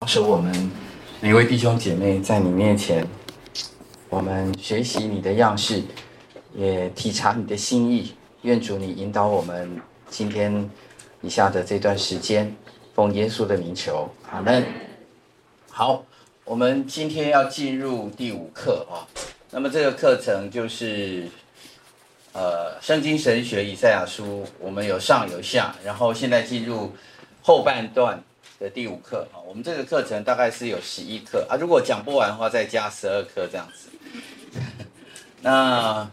是我们每位弟兄姐妹在你面前，我们学习你的样式，也体察你的心意。愿主你引导我们今天以下的这段时间，奉耶稣的名求，阿们。好，我们今天要进入第5课啊。那么这个课程就是圣经神学以赛亚书，我们有上有下，然后现在进入后半段的第5课啊。我们这个课程大概是有11课啊，如果讲不完的话，再加12课这样子。那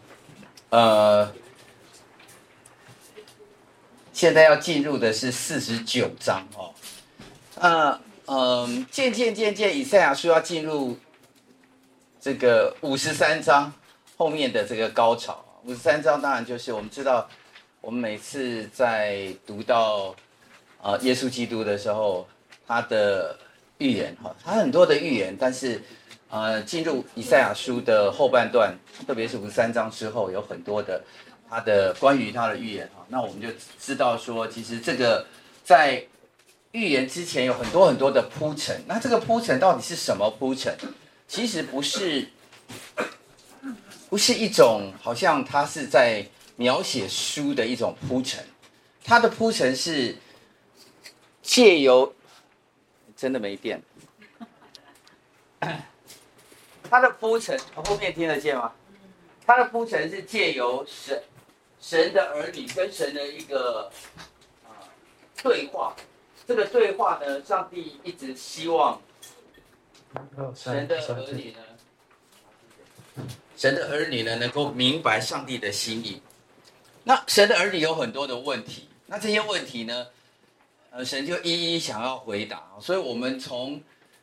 现在要进入的是49章哦。渐渐，以赛亚书要进入这个53章后面的这个高潮。53章当然就是我们知道，我们每次在读到耶稣基督的时候，他的预言他很多的预言，但是进入以赛亚书的后半段，特别是53章之后，有很多的他的关于他的预言那我们就知道说，其实这个在预言之前有很多的铺陈。那这个铺陈到底是什么铺陈？其实不是一种好像他是在描写书的一种铺陈，他的铺陈是借由真的没电，他的铺陈后面听得见吗？他的铺陈是借由神的儿女跟神的一个对话。这个对话呢，上帝一直希望神的儿女呢能够明白上帝的心意。那神的儿女有很多的问题，那这些问题呢，神就一一想要回答。所以我们从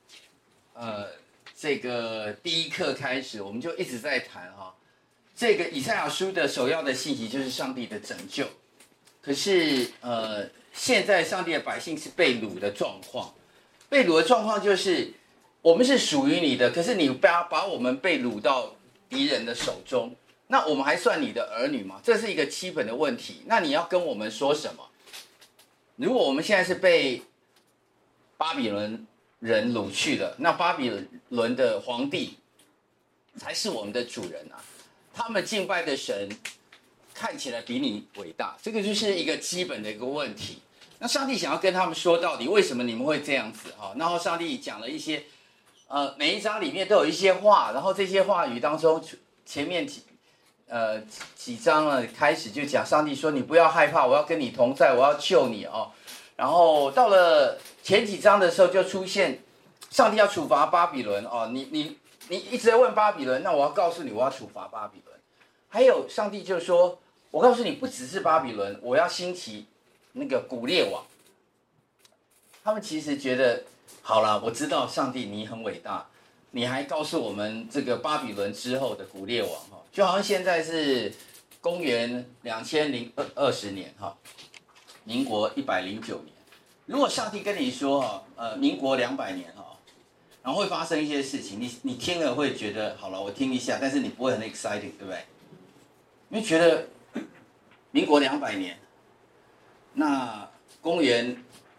这个第1课开始，我们就一直在谈这个以赛亚书的首要的信息就是上帝的拯救。可是现在上帝的百姓是被掳的状况，被掳的状况就是我们是属于你的，可是你把我们被掳到敌人的手中，那我们还算你的儿女吗？这是一个基本的问题。那你要跟我们说什么？如果我们现在是被巴比伦人掳去了，那巴比伦的皇帝才是我们的主人啊，他们敬拜的神看起来比你伟大，这个就是一个基本的一个问题。那上帝想要跟他们说到底，为什么你们会这样子然后上帝讲了一些每一章里面都有一些话，然后这些话语当中，前面几章开始就讲上帝说你不要害怕，我要跟你同在，我要救你然后到了前几章的时候就出现上帝要处罚巴比伦你一直在问巴比伦，那我要告诉你我要处罚巴比伦。还有上帝就说我告诉你不只是巴比伦，我要兴起那个古列王。他们其实觉得好了，我知道上帝你很伟大，你还告诉我们这个巴比伦之后的古列王就好像现在是公元2020年民国109年。如果上帝跟你说民国200年然后会发生一些事情，你听了会觉得好了，我听一下，但是你不会很 excited， 对不对？因为觉得民国200年，那公元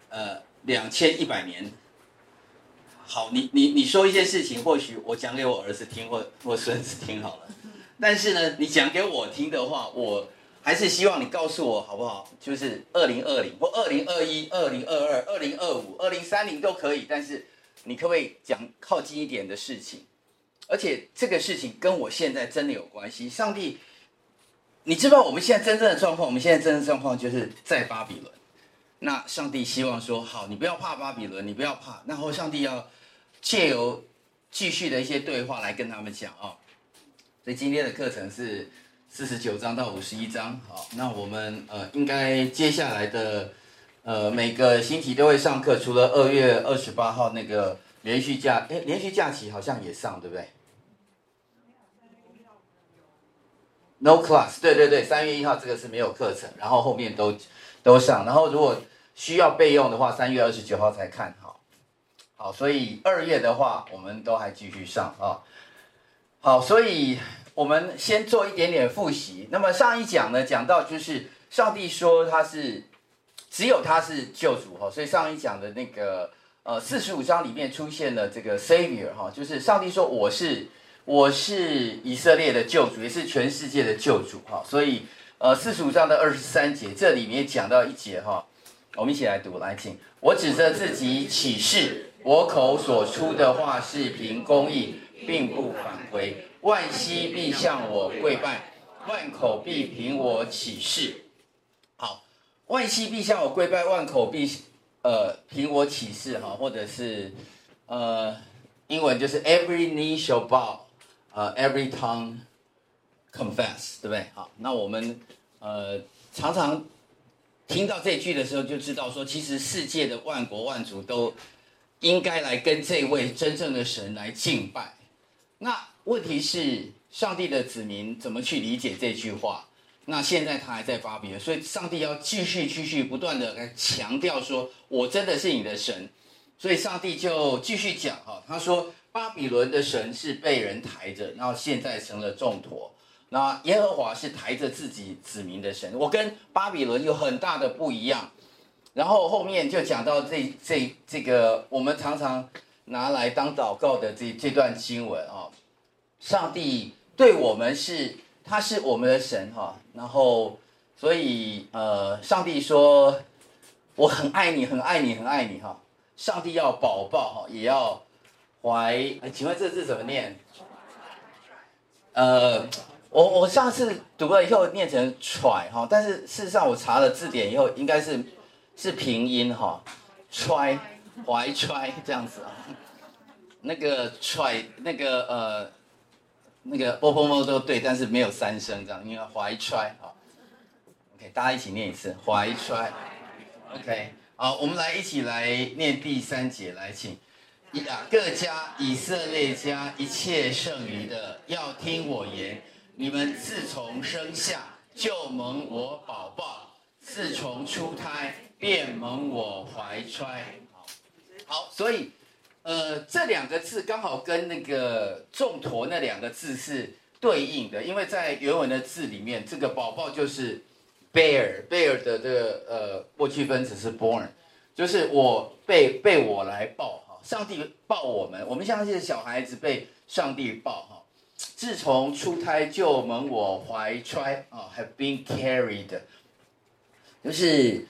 2100年，好，你说一些事情，或许我讲给我儿子听或孙子听好了，但是呢，你讲给我听的话，我还是希望你告诉我好不好？就是2020或2021、2022、2025、2030都可以，但是你可不可以讲靠近一点的事情？而且这个事情跟我现在真的有关系。上帝，你知道我们现在真正的状况？我们现在真正的状况就是在巴比伦。那上帝希望说，好，你不要怕巴比伦，你不要怕。然后上帝要借由继续的一些对话来跟他们讲所以今天的课程是49章到51章。好，那我们应该接下来的每个星期都会上课，除了2月28号那个连续假期好像也上，对不对？No class， 对，3月1号这个是没有课程，然后后面都上，然后如果需要备用的话，3月29号才看好，所以2月的话我们都还继续上好，所以我们先做一点点复习。那么上一讲呢，讲到就是上帝说只有他是救主所以上一讲的那个 45章里面出现了这个 Savior 哈，就是上帝说我是以色列的救主，也是全世界的救主哈。所以45章的23节，这里面讲到一节哈，我们一起来读，来请。我指着自己起誓，我口所出的话是凭公义，并不返回。万膝必向我跪拜，万口必凭我起誓。好，万膝必向我跪拜，万口必凭我起誓哈，或者是英文就是 every knee shall bow，every tongue confess， 对不对？好，那我们常常听到这句的时候，就知道说，其实世界的万国万族都应该来跟这位真正的神来敬拜。那问题是，上帝的子民怎么去理解这句话？那现在他还在巴比伦，所以上帝要继续不断的来强调说，我真的是你的神。所以上帝就继续讲哈，他说巴比伦的神是被人抬着，然后现在成了重驮。那耶和华是抬着自己子民的神，我跟巴比伦有很大的不一样。然后后面就讲到这个我们常常拿来当祷告的这段经文啊，上帝对我们他是我们的神哈，然后所以上帝说我很爱你，很爱你，很爱你哈。上帝要保哈，也要请问这字怎么念？我上次读了以后念成揣哈，但是事实上我查了字典以后，应该是平音哈，揣怀揣这样子啊。那个揣那个波波波都对，但是没有3声这样，因为怀揣啊。OK， 大家一起念一次怀揣。OK， 好，我们一起来念第3节，来请。雅各家、以色列家一切剩余的，要听我言。你们自从生下就蒙我保抱，自从出胎便蒙我怀揣。好，所以这2个字刚好跟那个重驮那2个字是对应的，因为在原文的字里面，这个保抱就是 bear 的这个过去分词是 born， 就是我被我来抱哈，上帝抱我们，我们像是小孩子被上帝抱哈。自从出胎就蒙我怀揣啊 ，have been carried， 就是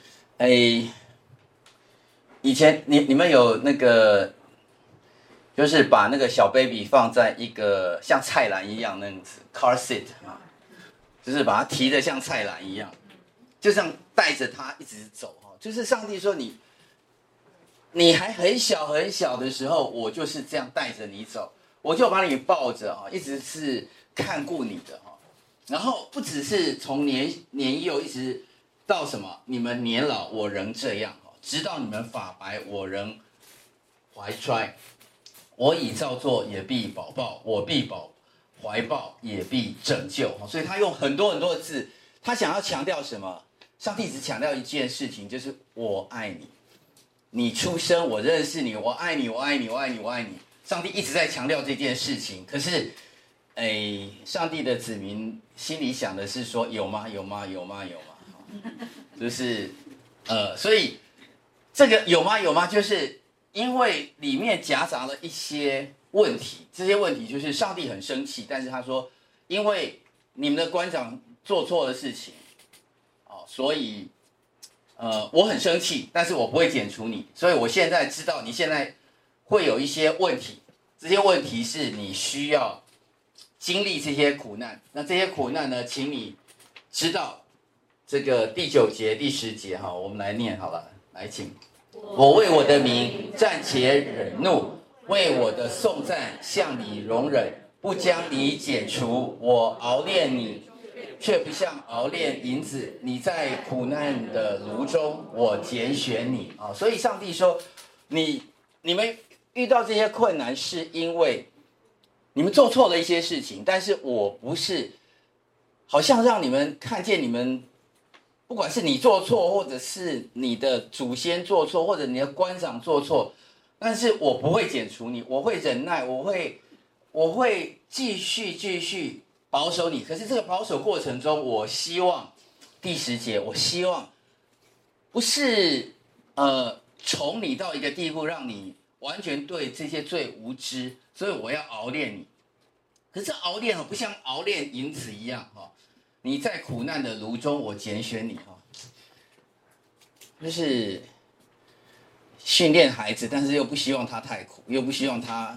以前你们有那个，就是把那个小 baby 放在一个像菜篮一样那样子 car seat 啊，就是把它提得像菜篮一样，就这样带着它一直走哈。就是上帝说你还很小很小的时候，我就是这样带着你走。我就把你抱着哈，一直是看顾你的哈，然后不只是从年幼一直到什么，你们年老我仍这样哈，直到你们发白我仍怀揣，我已造作也必保抱，我必怀抱也必拯救哈。所以他用很多的字，他想要强调什么？上帝只强调一件事情，就是我爱你，你出生我认识你，我爱你，我爱你，我爱你，我爱你。上帝一直在强调这件事情，可是，上帝的子民心里想的是说，有吗？有吗？有吗？有吗？就是，所以这个有吗？有吗？就是因为里面夹杂了一些问题，这些问题就是上帝很生气，但是他说，因为你们的官长做错了事情，所以，我很生气，但是我不会剪除你，所以我现在知道你现在会有一些问题，这些问题是你需要经历这些苦难。那这些苦难呢，请你知道这个第9节、第10节哈，我们来念好了，来请。我为我的名暂且忍怒，为我的颂赞向你容忍，不将你剪除。我熬炼你，却不像熬炼银子。你在苦难的炉中，我拣选你啊。所以上帝说，你们遇到这些困难，是因为你们做错了一些事情，但是我不是好像让你们看见你们，不管是你做错，或者是你的祖先做错，或者你的官长做错，但是我不会剪除你，我会忍耐，我会继续保守你。可是这个保守过程中，我希望第10节，我希望不是宠你到一个地步，让你完全对这些罪无知，所以我要熬炼你。可是熬炼不像熬炼银子一样你在苦难的炉中，我拣选你就是训练孩子，但是又不希望他太苦，又不希望他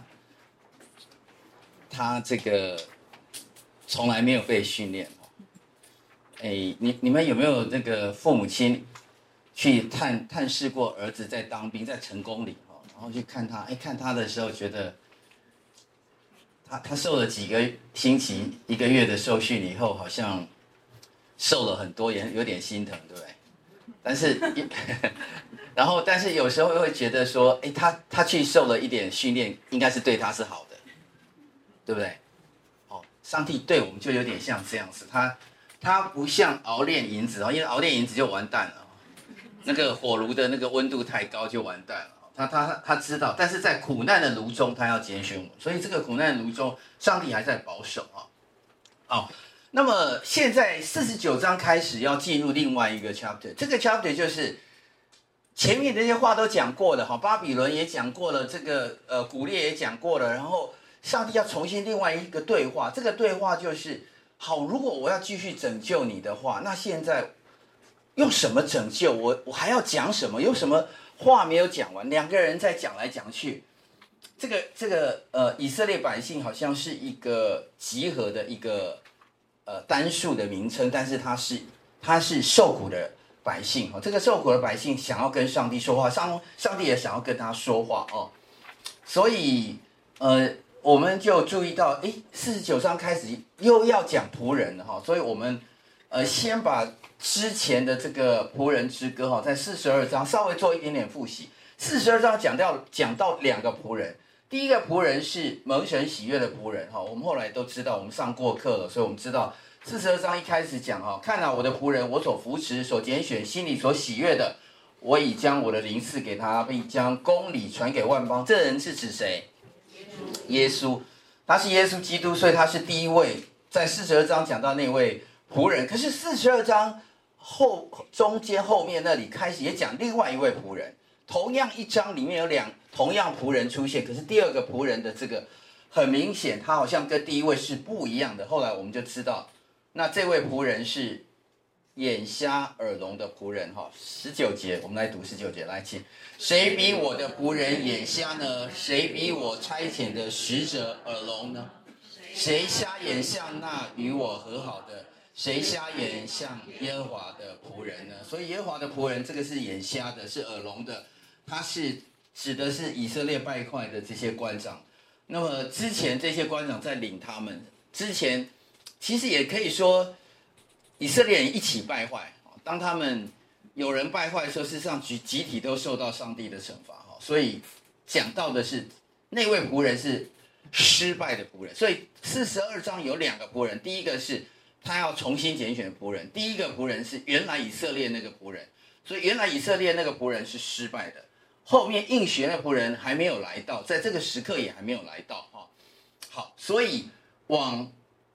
这个从来没有被训练你们有没有那个父母亲去探视过儿子在当兵，在成功里然后去看他，看他的时候觉得他受了几个星期、1个月的受训以后，好像瘦了很多，也有点心疼，对不对？但是但是有时候又会觉得说，他去受了一点训练，应该是对他是好的，对不对？上帝对我们就有点像这样子，他不像熬炼银子因为熬炼银子就完蛋了那个火炉的那个温度太高就完蛋了他知道，但是在苦难的炉中，他要拣选我，所以这个苦难的炉中，上帝还在保守那么现在49章开始要进入另外一个 chapter， 这个 chapter 就是前面这些话都讲过了巴比伦也讲过了，这个古列也讲过了，然后上帝要重新另外一个对话，这个对话就是好，如果我要继续拯救你的话，那现在用什么拯救？我还要讲什么？有什么话没有讲完？两个人在讲来讲去，这个以色列百姓好像是一个集合的一个单数的名称，但是他是受苦的百姓这个受苦的百姓想要跟上帝说话，上帝也想要跟他说话所以我们就注意到49章开始又要讲仆人了所以我们先把之前的这个仆人之歌在42章稍微做一点点复习。42章讲到2个仆人，第一个仆人是蒙神喜悦的仆人我们后来都知道，我们上过课了，所以我们知道42章一开始讲看我的仆人，我所扶持、所拣选、心里所喜悦的，我已将我的灵赐给他，并将公理传给万邦。这人是指谁？耶稣，他是耶稣基督，所以他是第一位。在42章讲到那位仆人，可是42章中间后面那里开始也讲另外一位仆人，同样一章里面有同样仆人出现，可是第二个仆人的这个很明显，他好像跟第一位是不一样的。后来我们就知道，那这位仆人是眼瞎耳聋的仆人19节，我们来读19节，来请。谁比我的仆人眼瞎呢？谁比我差遣的使者耳聋呢？谁瞎眼像那与我和好的？谁瞎眼像耶和华的仆人呢？所以耶和华的仆人，这个是眼瞎的，是耳聋的，他是指的是以色列败坏的这些官长。那么之前这些官长在领他们之前，其实也可以说以色列人一起败坏。当他们有人败坏的时候，事实上集体都受到上帝的惩罚。所以讲到的是那位仆人是失败的仆人。所以42章有2个仆人，第一个是他要重新拣选仆人，第一个仆人是原来以色列那个仆人，所以原来以色列那个仆人是失败的，后面应许的仆人还没有来到，在这个时刻也还没有来到好，所以往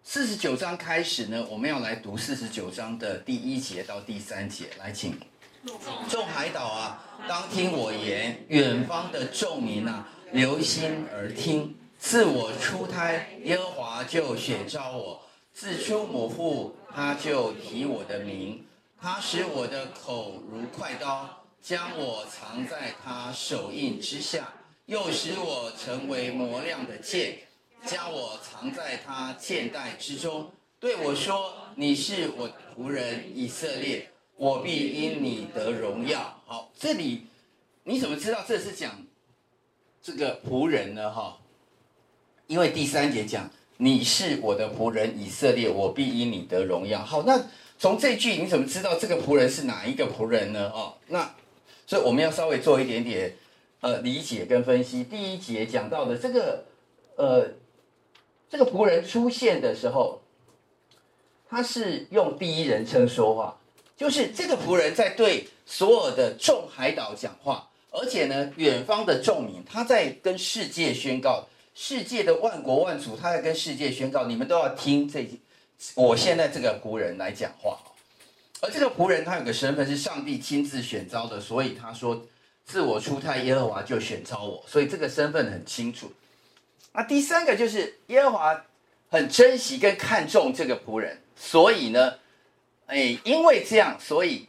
49章开始呢，我们要来读49章的第1节到第3节，来请。众海岛啊，当听我言；远方的众民啊，留心而听。自我出胎，耶和华就选召我；自出母腹，他就提我的名。他使我的口如快刀，将我藏在他手印之下，又使我成为磨亮的剑，将我藏在他剑带之中。对我说：“你是我仆人以色列，我必因你得荣耀。”好，这里你怎么知道这是讲这个仆人呢？因为第3节讲你是我的仆人以色列，我必因你得荣耀。好，那从这句你怎么知道这个仆人是哪一个仆人呢？那所以我们要稍微做一点点理解跟分析。第1节讲到的这个仆人出现的时候，他是用第一人称说话，就是这个仆人在对所有的众海岛讲话，而且呢，远方的众民，他在跟世界宣告，世界的万国万族，他在跟世界宣告，你们都要听我现在这个仆人来讲话。而这个仆人他有个身份是上帝亲自选召的，所以他说自我出胎，耶和华就选召我，所以这个身份很清楚。那第三个就是耶和华很珍惜跟看重这个仆人，所以呢，因为这样，所以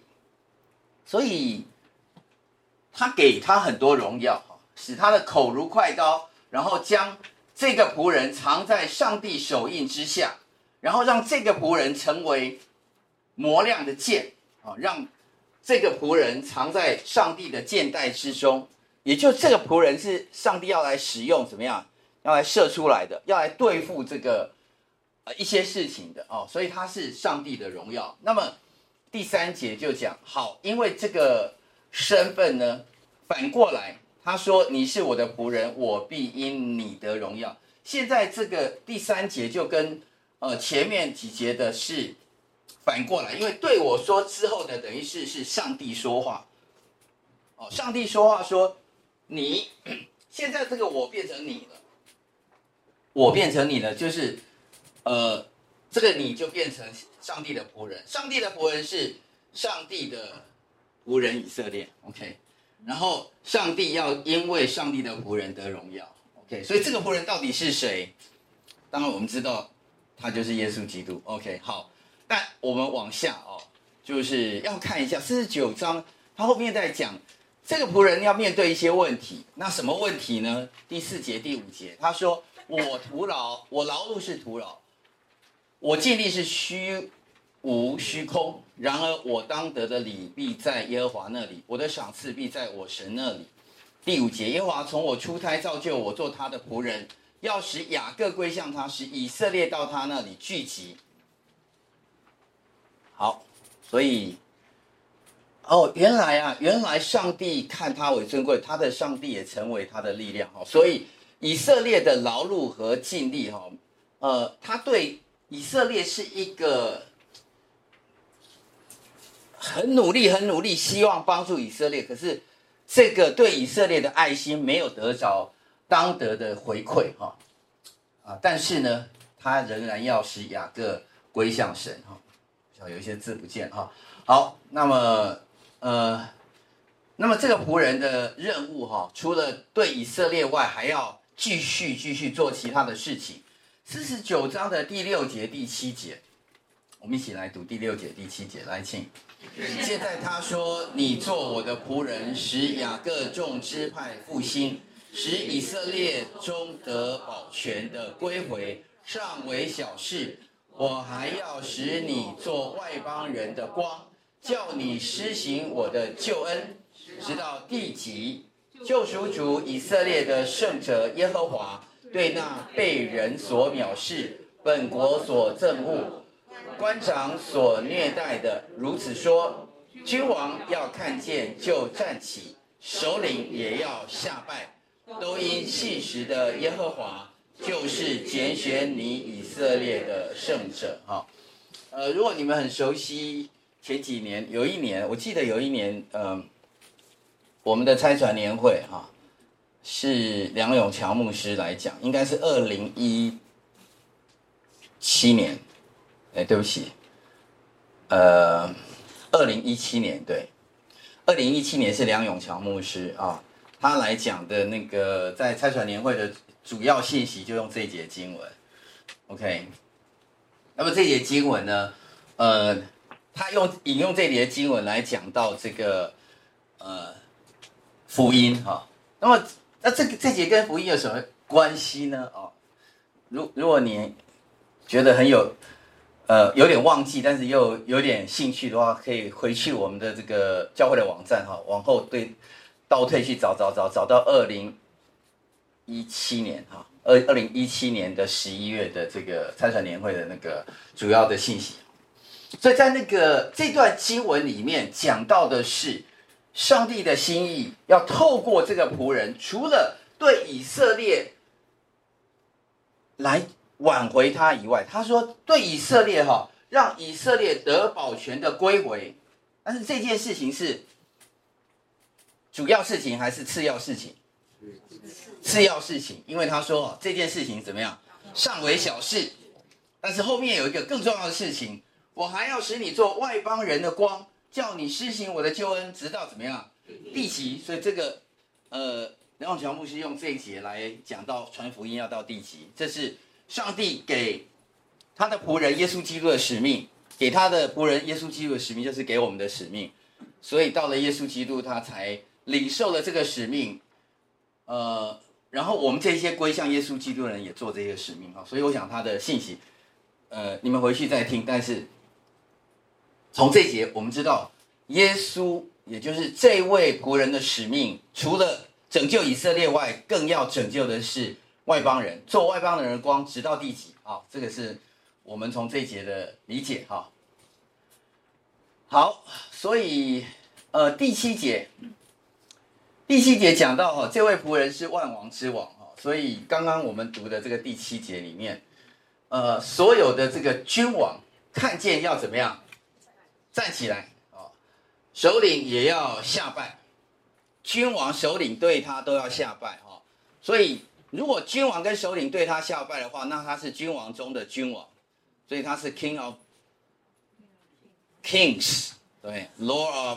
他给他很多荣耀，使他的口如快刀，然后将这个仆人藏在上帝手印之下，然后让这个仆人成为磨亮的剑，让这个仆人藏在上帝的箭袋之中，也就这个仆人是上帝要来使用，怎么样？要来射出来的，要来对付这个一些事情的哦，所以他是上帝的荣耀。那么第3节就讲好，因为这个身份呢，反过来他说你是我的仆人，我必因你得荣耀。现在这个第3节就跟前面几节的是反过来，因为对我说之后的等于是上帝说话哦，上帝说话说你现在这个我变成你了。我变成你了，就是这个你就变成上帝的仆人，上帝的仆人是上帝的仆人以色列 ，OK， 然后上帝要因为上帝的仆人得荣耀 ，OK， 所以这个仆人到底是谁？当然我们知道他就是耶稣基督 ，OK， 好，但我们往下哦，就是要看一下49章，他后面在讲这个仆人要面对一些问题，那什么问题呢？第4节、第5节，他说。我徒劳，我劳碌是徒劳，我尽力是虚无虚空。然而我当得的礼必在耶和华那里，我的赏赐必在我神那里。第5节，耶和华从我出胎造就我做他的仆人，要使雅各归向他，使以色列到他那里聚集。好，所以原来上帝看他为尊贵，他的上帝也成为他的力量。所以以色列的劳碌和尽力，他对以色列是一个很努力，希望帮助以色列，可是这个对以色列的爱心没有得着当得的回馈，但是呢，他仍然要使雅各归向神，有一些字不见哈。好，那么这个仆人的任务除了对以色列外，还要继续做其他的事情。49章的第6节、第7节，我们一起来读第6节、第7节，来，请。现在他说：“你做我的仆人，使雅各众支派复兴，使以色列中得保全的归回，尚为小事。我还要使你做外邦人的光，叫你施行我的救恩，直到地极。救赎主以色列的圣者耶和华，对那被人所藐视、本国所憎恶、官长所虐待的，如此说：君王要看见就站起，首领也要下拜，都因信实的耶和华，就是拣选你以色列的圣者。如果你们很熟悉前几年，我记得有一年，我们的差传年会是梁永强牧师来讲，应该是2017年，对不起，2017年，对，2017年是梁永强牧师他来讲的那个在差传年会的主要信息就用这一节经文 ，OK。那么这一节经文呢，他引用这一节经文来讲到这个福音那么这节跟福音有什么关系呢？如果你觉得有点忘记，但是又有点兴趣的话，可以回去我们的这个教会的网站往后倒退去找到2017年2017年的11月的这个差传年会的那个主要的信息。所以在这段经文里面讲到的是上帝的心意，要透过这个仆人，除了对以色列来挽回他以外，他说对以色列让以色列得保全的归回。但是这件事情是主要事情还是次要事情？次要事情，因为他说这件事情怎么样，尚为小事。但是后面有一个更重要的事情，我还要使你做外邦人的光，叫你施行我的救恩，直到怎么样， 地极，所以这个梁永强牧师用这一节来讲到传福音要到地极，这是上帝给他的仆人耶稣基督的使命，给他的仆人耶稣基督的使命就是给我们的使命，所以到了耶稣基督，他才领受了这个使命，然后我们这些归向耶稣基督的人也做这些使命啊，所以我想他的信息，你们回去再听，但是从这节我们知道，耶稣也就是这位仆人的使命，除了拯救以色列外，更要拯救的是外邦人，做外邦人的光，直到地极啊，这个是我们从这一节的理解哈。好，所以第七节讲到这位仆人是万王之王所以刚刚我们读的这个第7节里面，所有的这个君王看见要怎么样站起来首领也要下拜，君王首领对他都要下拜所以如果君王跟首领对他下拜的话，那他是君王中的君王，所以他是 King of Kings， 对 ，Lord of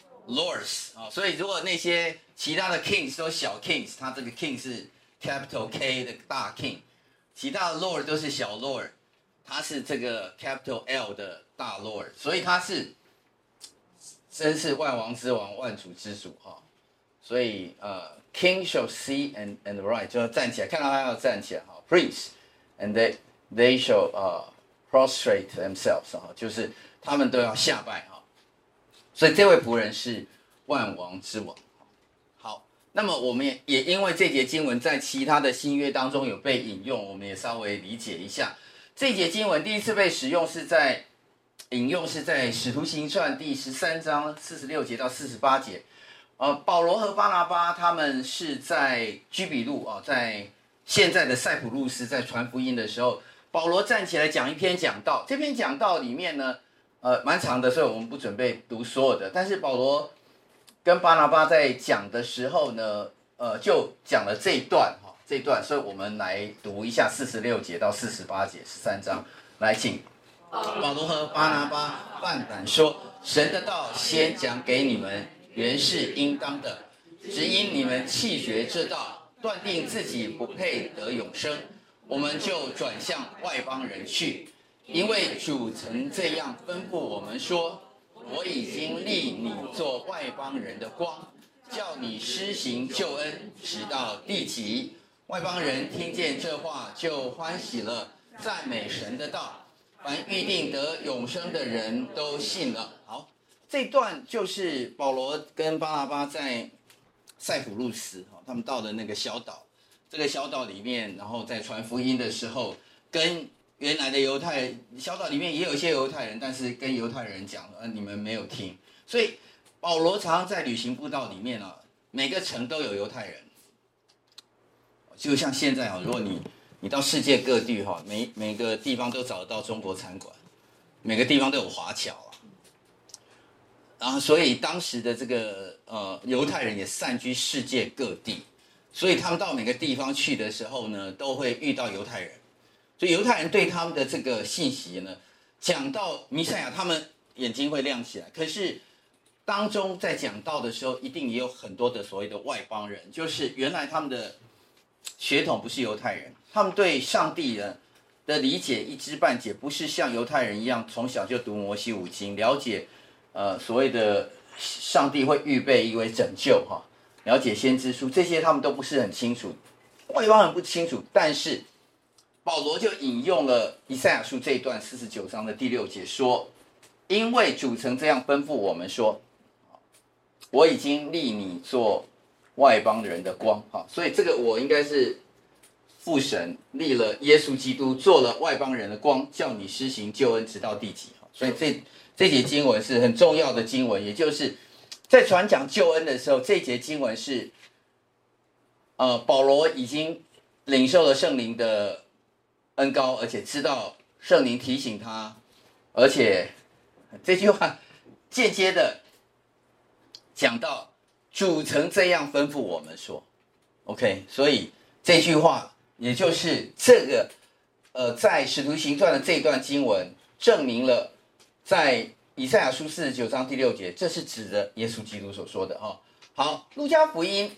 Lords 所以如果那些其他的 Kings 都小 Kings， 他这个 King 是 Capital K 的大 King， 其他的 Lord 都是小 Lord， 他是这个 Capital L 的大 Lord， 所以他是真是万王之王，万主之主所以King shall see and rise， 就要站起来，看到他要站起来Prince and they shall prostrate themselves 就是他们都要下拜所以这位仆人是万王之王。好，那么我们也因为这节经文在其他的新约当中有被引用，我们也稍微理解一下。这节经文第一次被引用是在使徒行传第13章46节到48节。保罗和巴拿巴他们是在居比路在现在的塞浦路斯在传福音的时候，保罗站起来讲一篇讲道，这篇讲道里面呢蛮长的，所以我们不准备读所有的，但是保罗跟巴拿巴在讲的时候呢就讲了这一段所以我们来读一下46节到48节13章，来请保罗和巴拿巴放胆说，神的道先讲给你们，原是应当的，只因你们弃绝这道，断定自己不配得永生，我们就转向外邦人去，因为主曾这样吩咐我们说，我已经立你做外邦人的光，叫你施行救恩，直到地极。外邦人听见这话就欢喜了，赞美神的道，凡预定得永生的人都信了。好，这段就是保罗跟巴拿巴在塞浦路斯他们到了那个小岛，这个小岛里面，然后在传福音的时候，跟原来的小岛里面也有一些犹太人，但是跟犹太人讲你们没有听，所以保罗常常在旅行步道里面每个城都有犹太人，就像现在如果你到世界各地每个地方都找得到中国餐馆，每个地方都有华侨然后所以当时的这个犹太人也散居世界各地，所以他们到每个地方去的时候呢，都会遇到犹太人，所以犹太人对他们的这个信息呢，讲到弥赛亚，他们眼睛会亮起来。可是当中在讲道的时候，一定也有很多的所谓的外邦人，就是原来他们的血统不是犹太人，他们对上帝的理解一知半解，不是像犹太人一样从小就读摩西五经，了解所谓的上帝会预备一位拯救了解先知书，这些他们都不是很清楚，外邦人不清楚。但是保罗就引用了以赛亚书这一段49章的第6节说，因为主曾这样吩咐我们说，我已经立你做外邦人的光所以这个我应该是父神立了耶稣基督做了外邦人的光，叫你施行救恩直到地极所以这节经文是很重要的经文，也就是在传讲救恩的时候，这节经文是保罗已经领受了圣灵的恩膏，而且知道圣灵提醒他，而且这句话间接的讲到主曾这样吩咐我们说 OK， 所以这句话也就是这个在使徒行传的这段经文证明了在以赛亚书49章第6节，这是指的耶稣基督所说的好，路加福音，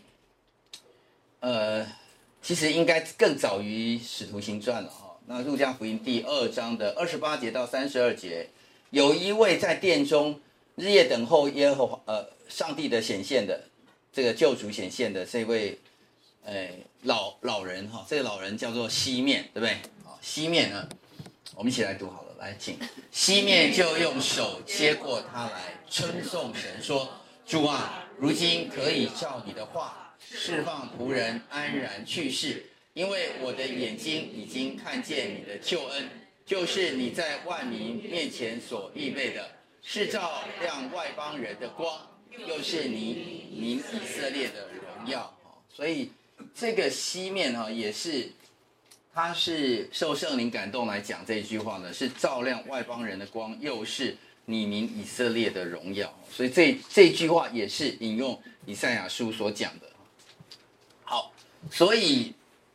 其实应该更早于使徒行传了哈。那路加福音第2章的28节到32节，有一位在殿中日夜等候耶和华上帝的显现的这个救主显现的这位老人哈，这个老人叫做西面，对不对？好，西面呢，我们一起来读好了，来，请西面就用手接过他来，称颂神说：“主啊，如今可以照你的话释放仆人安然去世，因为我的眼睛已经看见你的救恩，就是你在万民面前所预备的，是照亮外邦人的光，又是你民以色列的荣耀。”所以这个西面也是他是受圣灵感动来讲这句话呢，是照亮外邦人的光，又是你民以色列的荣耀。所以这句话也是引用以赛亚书所讲的。好，所以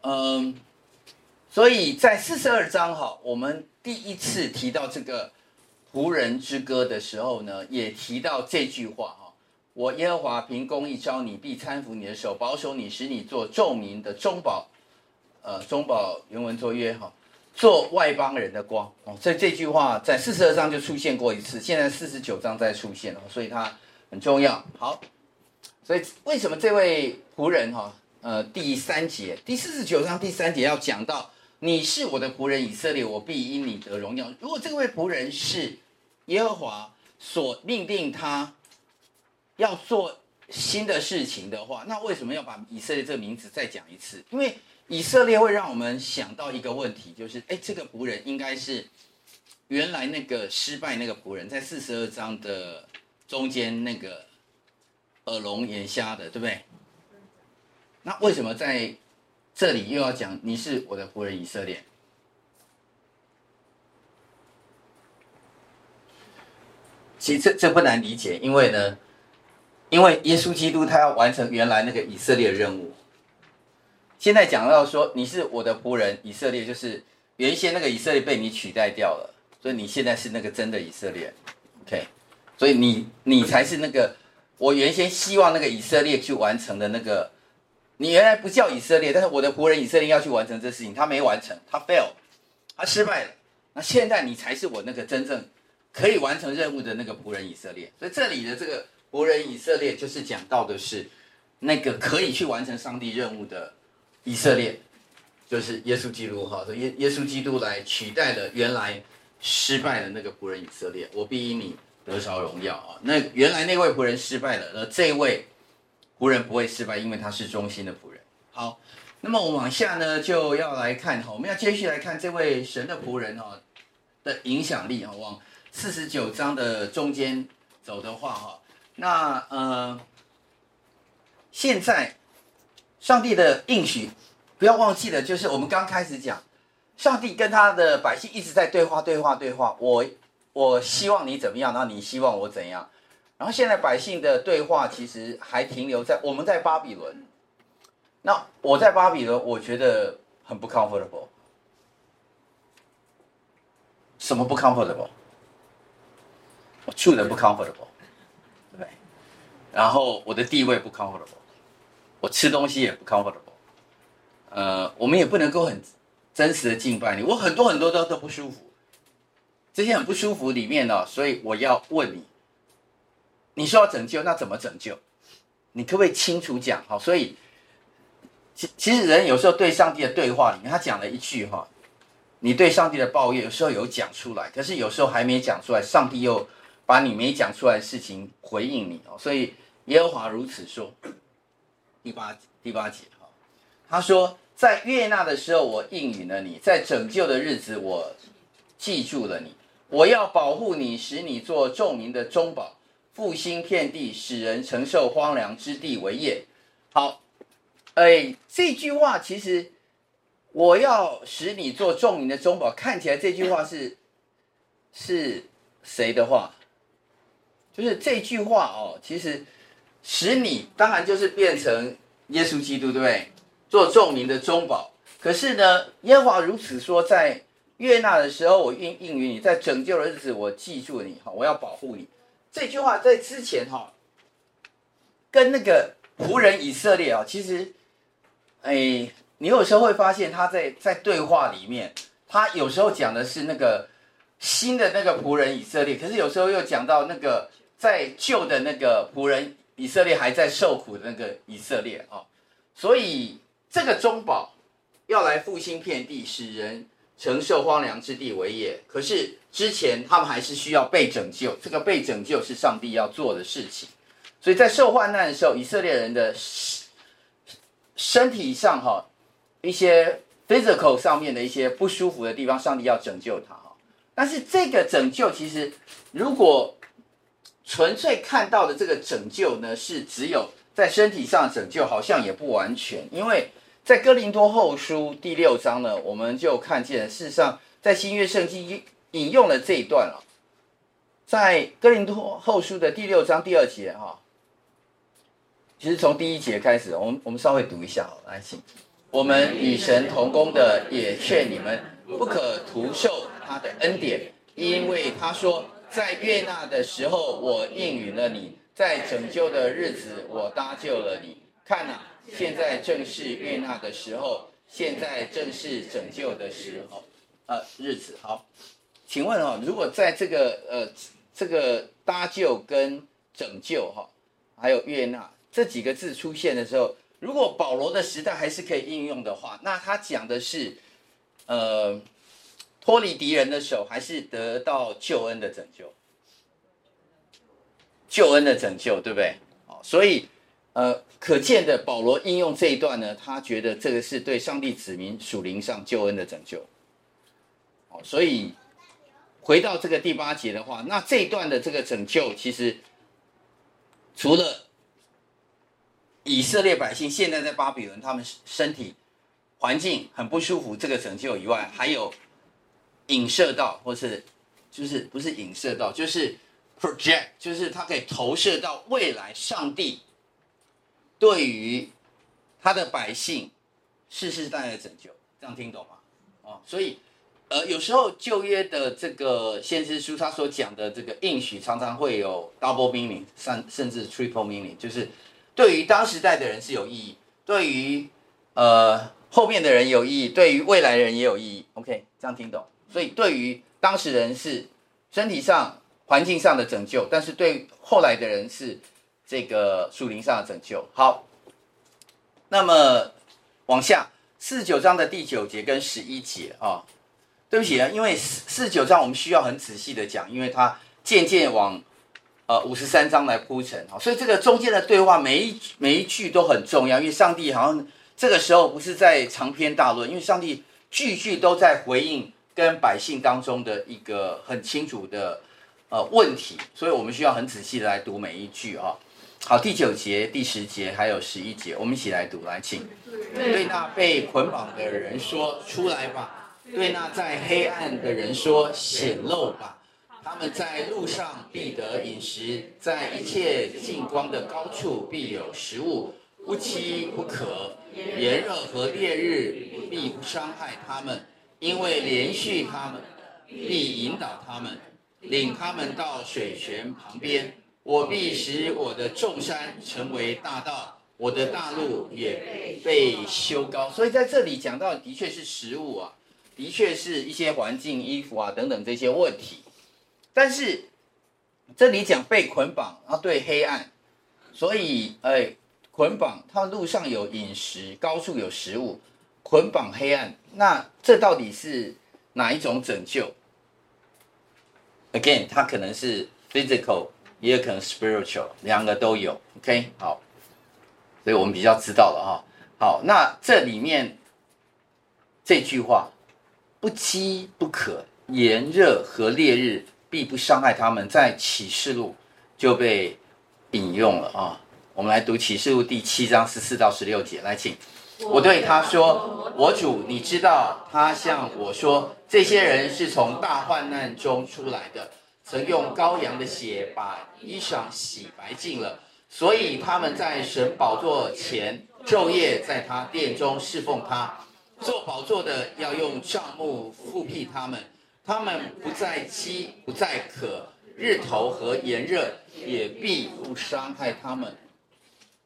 在42章我们第一次提到这个仆人之歌的时候呢，也提到这句话我耶和华凭公义召你，必搀扶你的手，保守你，使你做众民的中保。中保原文作约做外邦人的光这句话在42章就出现过一次，现在49章再出现所以它很重要。好，所以为什么这位仆人第3节，第49章第3节要讲到你是我的仆人以色列，我必因你得荣耀。如果这位仆人是耶和华所命定他要做新的事情的话，那为什么要把以色列这个名字再讲一次？因为以色列会让我们想到一个问题，就是这个仆人应该是原来那个失败那个仆人，在42章的中间那个耳聋眼瞎的，对不对？那为什么在这里又要讲你是我的仆人以色列？其实这不难理解，因为耶稣基督他要完成原来那个以色列的任务。现在讲到说你是我的仆人以色列，就是原先那个以色列被你取代掉了，所以你现在是那个真的以色列 ，OK？ 所以你才是那个我原先希望那个以色列去完成的那个，你原来不叫以色列，但是我的仆人以色列要去完成这事情，他没完成，他 fail， 他失败了。那现在你才是我那个真正可以完成任务的那个仆人以色列。所以这里的这个仆人以色列就是讲到的是那个可以去完成上帝任务的以色列，就是耶稣基督所以耶稣基督来取代了原来失败的那个仆人以色列，我必因你得着荣耀那原来那位仆人失败了，而这位仆人不会失败，因为他是忠心的仆人。好，那么我们往下呢就要来看我们要继续来看这位神的仆人的影响力往49章的中间走的话那现在上帝的应许不要忘记了，就是我们刚开始讲上帝跟他的百姓一直在对话，我希望你怎么样，然后你希望我怎样，然后现在百姓的对话其实还停留在我们在巴比伦，那我在巴比伦我觉得很不 comfortable。 什么不 comfortable？ 我住的不 comfortable， 对不对？然后我的地位不 comfortable， 我吃东西也不 comfortable， 我们也不能够很真实的敬拜你，我很多都不舒服。这些很不舒服里面所以我要问你，你说要拯救，那怎么拯救？你可不可以清楚讲？所以其实人有时候对上帝的对话里面，他讲了一句你对上帝的抱怨有时候有讲出来，可是有时候还没讲出来，上帝又把你没讲出来的事情回应你所以耶和华如此说，第八节他说，在悦纳的时候我应允了你，在拯救的日子我记住了你，我要保护你，使你做众民的中保，复兴遍地，使人承受荒凉之地为业。好，这句话其实我要使你做众民的中保，看起来这句话是谁的话？就是这句话其实使你当然就是变成耶稣基督，对不对？做众民的中保。可是呢，耶和华如此说，在悦纳的时候我应允你，在拯救的日子我记住你，我要保护你。这句话在之前跟那个仆人以色列啊，其实，你有时候会发现他在对话里面，他有时候讲的是那个新的那个仆人以色列，可是有时候又讲到那个在旧的那个仆人以色列还在受苦的那个以色列啊，所以这个中保要来复兴遍地，使人承受荒凉之地为业。可是之前他们还是需要被拯救，这个被拯救是上帝要做的事情。所以在受患难的时候，以色列人的身体上一些 physical 上面的一些不舒服的地方，上帝要拯救他但是这个拯救其实如果纯粹看到的这个拯救呢，是只有在身体上的拯救，好像也不完全，因为在哥林多后书第6章呢，我们就看见事实上在新约圣经引用了这一段在哥林多后书的第6章第2节其实从第1节开始，我们稍微读一下来，请。我们与神同工的也劝你们不可徒受他的恩典，因为他说，在悦纳的时候我应允了你，在拯救的日子我搭救了你。看现在正是悦纳的时候，现在正是拯救的时候，日子。好，请问如果在这个搭救跟拯救还有悦纳这几个字出现的时候，如果保罗的时代还是可以应用的话，那他讲的是脱离敌人的手，还是得到救恩的拯救？救恩的拯救，对不对？所以可见的保罗应用这一段呢，他觉得这个是对上帝子民属灵上救恩的拯救。所以回到这个第8节的话，那这一段的这个拯救，其实除了以色列百姓现在在巴比伦，他们身体环境很不舒服，这个拯救以外，还有影射到，或是就是不是影射到，就是 project， 就是它可以投射到未来上帝对于他的百姓世世代代的拯救，这样听懂吗？所以有时候旧约的这个先知书，他所讲的这个应许常常会有 double meaning， 甚至 triple meaning， 就是对于当时代的人是有意义，对于后面的人有意义，对于未来的人也有意义。OK， 这样听懂？所以对于当时人是身体上、环境上的拯救，但是对后来的人是这个属灵上的拯救。好，那么往下49章的第9节跟11节对不起因为49章我们需要很仔细的讲，因为它渐渐往53章来铺陈，所以这个中间的对话每一句都很重要，因为上帝好像这个时候不是在长篇大论，因为上帝句句都在回应跟百姓当中的一个很清楚的问题，所以我们需要很仔细的来读每一句好，第9节、第10节还有11节，我们一起来读，来请。对那被捆绑的人说：“出来吧！”对那在黑暗的人说：“显露吧！”他们在路上必得饮食，在一切近光的高处必有食物，不饥不渴，炎热和烈日必不伤害他们，因为连续他们，必引导他们，领他们到水泉旁边。我必使我的众山成为大道，我的大路也被修高。所以在这里讲到的确是食物的确是一些环境、衣服等等这些问题。但是这里讲被捆绑，对黑暗，所以捆绑，他们路上有饮食，高处有食物，捆绑黑暗，那这到底是哪一种拯救 ？Again， 它可能是 physical， 也可能 spiritual， 两个都有。OK， 好，所以我们比较知道了好，那这里面这句话，不饥不渴，炎热和烈日必不伤害他们，在启示录就被引用了我们来读启示录第7章14到16节，来请。我对他说：“我主，你知道。”他向我说：“这些人是从大患难中出来的，曾用羔羊的血把衣裳洗白净了，所以他们在神宝座前昼夜在他殿中侍奉他。做宝座的要用帐幕覆庇他们，他们不再饥，不再渴，日头和炎热也必不伤害他们。”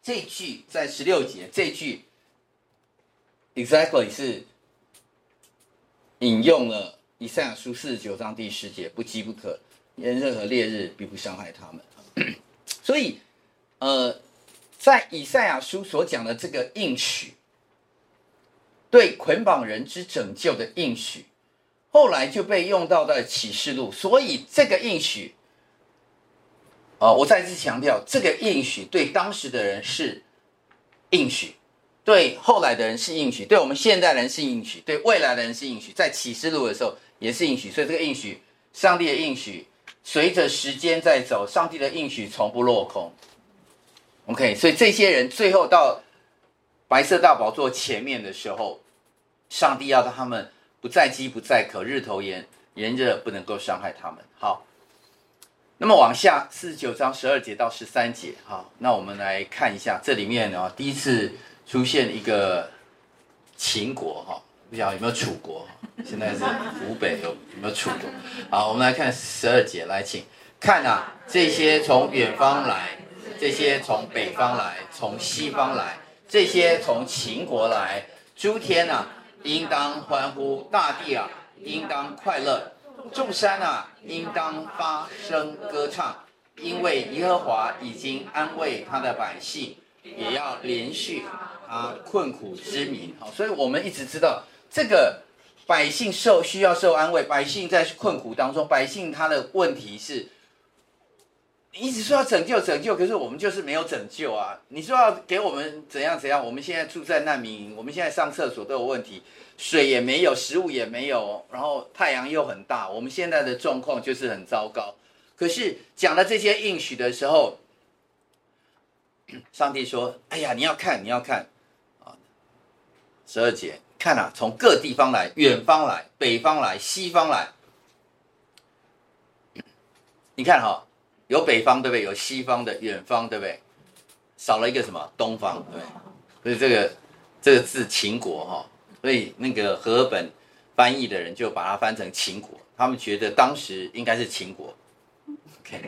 这句在16节，这句 exactly 是引用了以赛亚书49章第10节，不饥不渴，连任何烈日必不伤害他们。所以，在以赛亚书所讲的这个应许，对捆绑人之拯救的应许，后来就被用到了启示录。所以这个应许，我再次强调，这个应许对当时的人是应许，对后来的人是应许，对我们现代人是应许，对未来的人是应许，在启示录的时候也是应许。所以这个应许，上帝的应许，随着时间在走，上帝的应许从不落空。OK， 所以这些人最后到白色大宝座前面的时候，上帝要他们不再饥不再渴，日头炎热不能够伤害他们。好，那么往下49章12节到13节，好，那我们来看一下这里面第一次出现一个秦国不晓得有没有楚国，现在是湖北有没有楚国？好，我们来看12节，来请看啊，这些从远方来，这些从北方来，从西方来，这些从秦国来，诸天啊，应当欢呼；大地啊，应当快乐；众山啊，应当发声歌唱，因为耶和华已经安慰他的百姓，也要连续他困苦之民。好，所以我们一直知道，这个百姓需要受安慰，百姓在困苦当中，百姓他的问题是，你一直说要拯救，可是我们就是没有拯救啊！你说要给我们怎样，我们现在住在难民营，我们现在上厕所都有问题，水也没有，食物也没有，然后太阳又很大，我们现在的状况就是很糟糕。可是讲了这些应许的时候，上帝说：“哎呀，你要看啊！12节，看啊，从各地方来，远方来，北方来，西方来，你看有北方对不对？有西方的，远方对不对？少了一个什么？东方对不对？所以这个字秦国所以那个和合本翻译的人就把它翻成秦国，他们觉得当时应该是秦国。OK，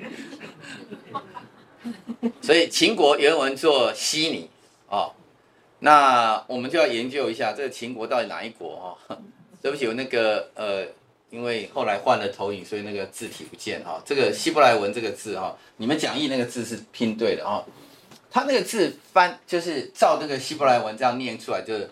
所以秦国原文做悉尼那我们就要研究一下这个秦国到底哪一国对不起，我那个因为后来换了投影，所以那个字体不见这个希伯来文这个字你们讲义那个字是拼对的它那个字翻就是照那个希伯来文这样念出来，就是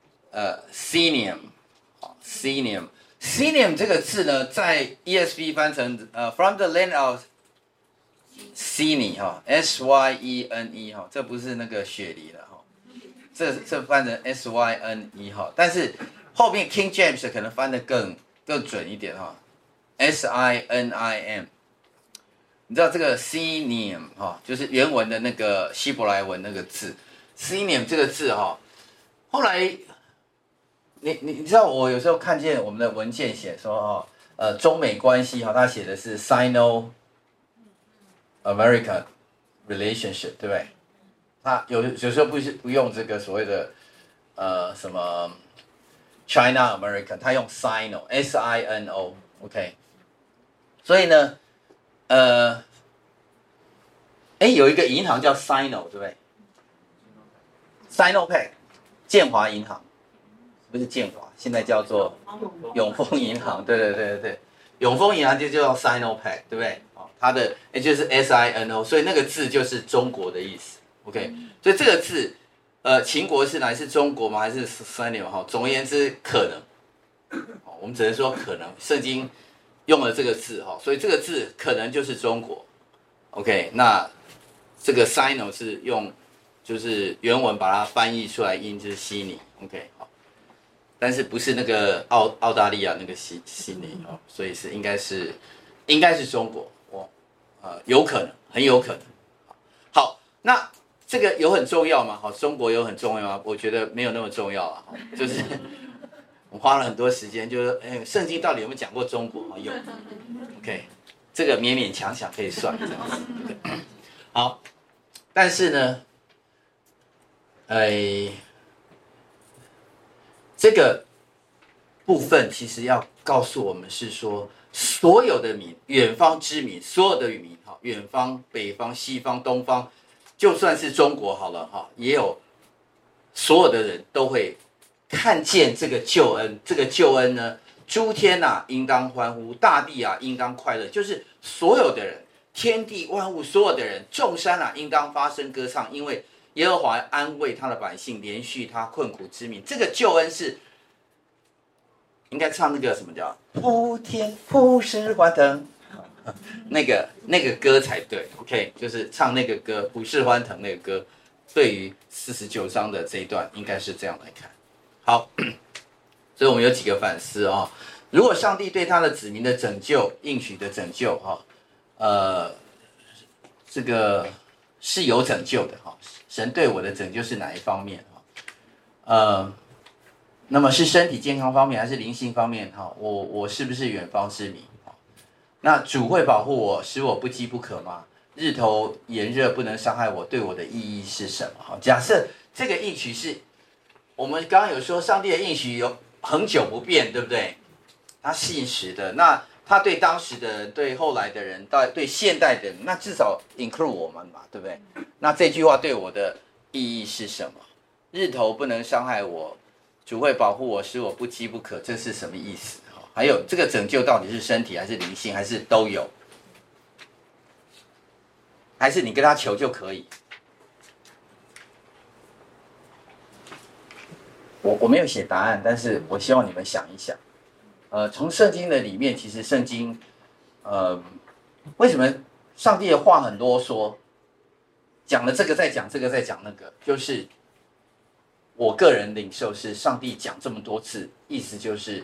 Sineam 这个字呢，在 ESV 翻成from the land of Syene Syene 这不是那个雪梨的这翻成 Syne 但是后面 King James 可能翻得更准一点Sinim， 你知道这个 Sineam 就是原文的那个希伯来文那个字 Sineam 这个字后来你知道我有时候看见我们的文件写说中美关系它写的是 Sino-American relationship 对不对？它有时候不用这个所谓的什么China American， 他用 Sino Sino OK， 所以呢，有一个银行叫 Sino 对不对 ？Sinopec 建华银行不是建华，现在叫做永丰银行，对，永丰银行就叫 Sinopec 对不对？它的就是 Sino， 所以那个字就是中国的意思 OK， 所以这个字。秦国是哪？是中国吗？还是Sino？总而言之，可能，我们只能说可能。圣经用了这个字所以这个字可能就是中国。OK， 那这个 Sino 是用就是原文把它翻译出来音就是悉尼。OK， 好，但是不是那个澳大利亚那个悉尼所以是应该是中国有可能，很有可能。好，那。这个有很重要吗？中国有很重要吗？我觉得没有那么重要就是我花了很多时间，就是圣经到底有没有讲过中国有 ，OK， 这个勉勉强强可以算这样子。好，但是呢，这个部分其实要告诉我们是说，所有的民，远方之民，所有的民，远方、北方、西方、东方。 就算是中国好了哈，也有所有的人都会看见这个救恩。这个救恩呢，诸天啊应当欢呼，大地啊应当快乐，就是所有的人，天地万物，所有的人，众山啊应当发声歌唱，因为耶和华安慰他的百姓，连续他困苦之民。这个救恩是应该唱那个什么叫普天普世欢腾，那个歌才对。OK， 就是唱那个歌普世欢腾那个歌。对于49章的这一段，应该是这样来看。好，所以我们有几个反思啊、哦。如果上帝对他的子民的拯救、应许的拯救哈、这个是有拯救的哈、神对我的拯救是哪一方面哈、那么是身体健康方面还是灵性方面哈？我是不是远方之民？那主会保护我，使我不饥不渴吗？日头炎热不能伤害我，对我的意义是什么？假设这个应许是我们刚刚有说，上帝的应许有恒久不变，对不对？他信实的，那他对当时的人、对后来的人、对现代的人，那至少 include 我们嘛，对不对？那这句话对我的意义是什么？日头不能伤害我，主会保护我，使我不饥不渴，这是什么意思？还有这个拯救到底是身体还是灵性，还是都有？还是你跟他求就可以？我没有写答案，但是我希望你们想一想。从圣经的里面，其实圣经，为什么上帝的话很啰嗦，讲了这个再讲这个再讲那个，就是我个人领受是上帝讲这么多次，意思就是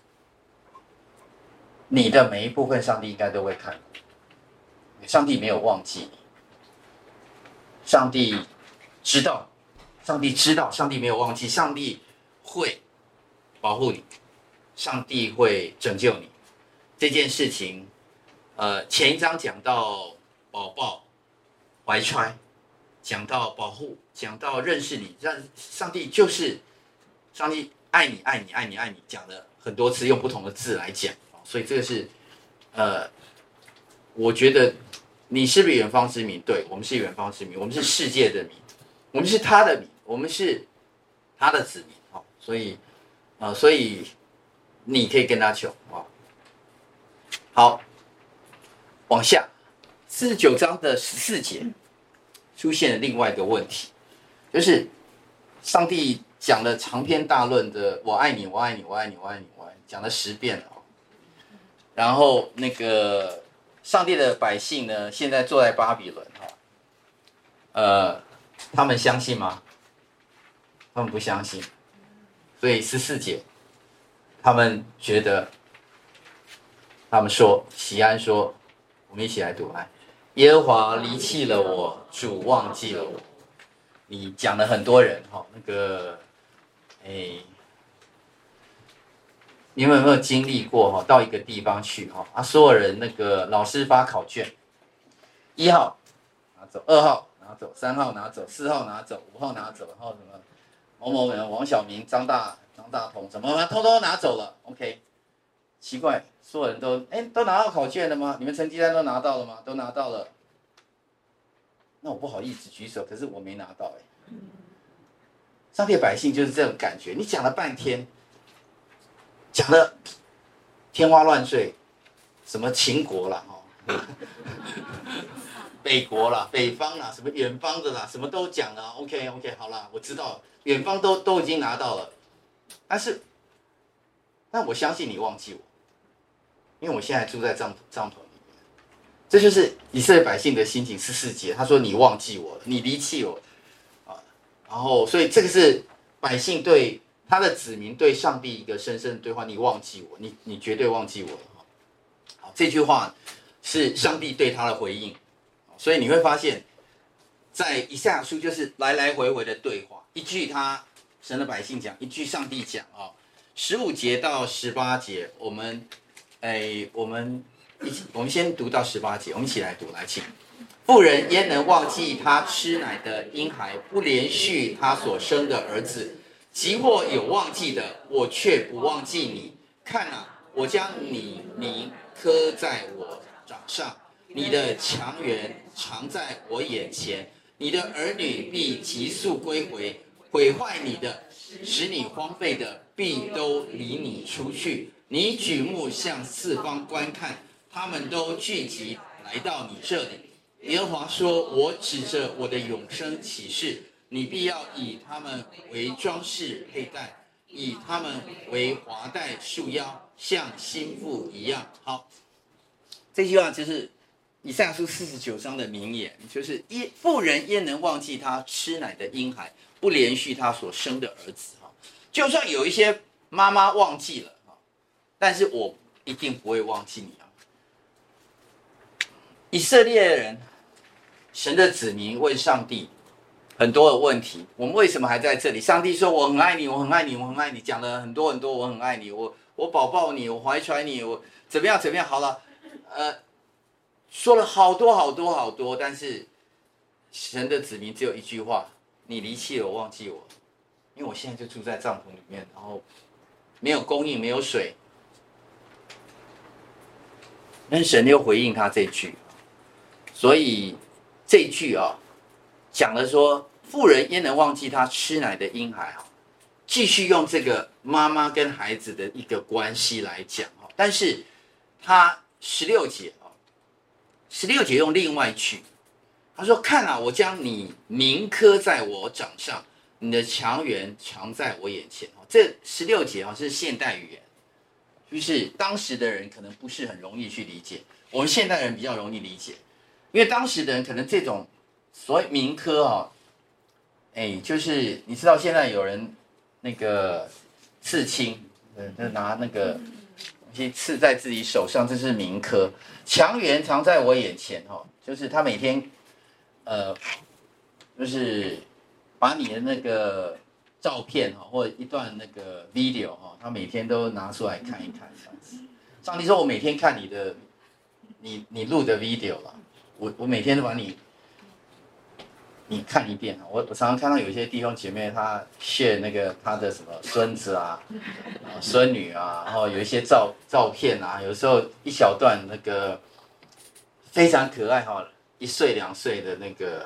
你的每一部分，上帝应该都会看过，上帝没有忘记你。上帝知道，上帝没有忘记，上帝会保护你，上帝会拯救你。这件事情，前一章讲到保抱、怀揣，讲到保护，讲到认识你，让上帝就是上帝爱你，爱你，爱你，爱你，讲了很多次，用不同的字来讲，所以这个是，我觉得。你是不是远方之民？对，我们是远方之民，我们是世界的民，我们是他的民，我们是他的子民。所以你可以跟他求好，往下49章的14节出现了另外一个问题，就是上帝讲了长篇大论的"我爱你，我爱你，我爱你，我爱你，我爱你"，讲了10遍了。然后那个。上帝的百姓呢，现在坐在巴比伦他们相信吗？他们不相信，所以14节，他们觉得，他们说，喜安说，我们一起来读来，耶和华离弃了我，主忘记了我。你讲了很多人你们有没有经历过到一个地方去所有人老师发考卷，1号拿走，2号拿走，3号拿走，4号拿走，5号拿走，然后什么某某人王小明、张大同什么通通拿走了 ，OK？ 奇怪，所有人都拿到考卷了吗？你们成绩单都拿到了吗？都拿到了。那我不好意思举手，可是我没拿到上帝百姓就是这种感觉，你讲了半天。讲的天花乱坠，什么秦国啦，北国啦，北方啦，什么远方的啦，什么都讲了。OK， 好啦，我知道，远方都已经拿到了，但我相信你忘记我，因为我现在住在帐篷里面。这就是以色列百姓的心情。14节，他说你忘记我了，你离弃我然后所以这个是百姓对。他的子民对上帝一个深深的对话：你忘记我，你绝对忘记我了。好，这句话是上帝对他的回应。所以你会发现，在以赛亚书就是来来回回的对话，一句神的百姓讲，一句上帝讲15节到18节，我们先读到18节，我们一起来读，来请。妇人焉能忘记她吃奶的婴孩，不连续她所生的儿子？即或有忘记的，我却不忘记你。看我将你名刻在我掌上，你的强援常在我眼前。 你的儿女必急速归回，毁坏你的，使你荒废的，必都离你出去。你举目向四方观看，他们都聚集来到你这里。耶和华说：我指着我的永生起誓，你必要以他们为装饰佩戴，以他们为华带束腰，像新妇一样。好，这句话就是以赛亚书49章的名言，就是妇人焉能忘记她吃奶的婴孩，不连续她所生的儿子。就算有一些妈妈忘记了，但是我一定不会忘记你啊！以色列人，神的子民问上帝很多的问题，我们为什么还在这里？上帝说：我很爱你，我很爱你，我很爱你，讲了很多很多，我很爱你，我抱抱你，我怀揣你，我怎么样怎么样？好了，说了好多好多好多，但是神的子民只有一句话：你离弃了我，忘记我。因为我现在就住在帐篷里面，然后没有供应，没有水。但神又回应他这句，所以这句讲了说，妇人焉能忘记她吃奶的婴孩继续用这个妈妈跟孩子的一个关系来讲但是他16节用另外一句，他说：看啊，我将你铭刻在我掌上，你的强援常在我眼前。这16节是现代语言，就是当时的人可能不是很容易去理解，我们现代人比较容易理解，因为当时的人可能这种所谓铭刻就是你知道现在有人那个刺青，就拿那个东西刺在自己手上，这是铭刻。强援常在我眼前就是他每天就是把你的那个照片或者一段那个 video 他每天都拿出来看一看这样子。上帝说：我每天看你的你录的 video 了，我每天都把你看一遍。我常常看到有一些弟兄姐妹他 share 那个他的什么孙子孙女然后有一些照片有时候一小段那个非常可爱1岁2岁的那个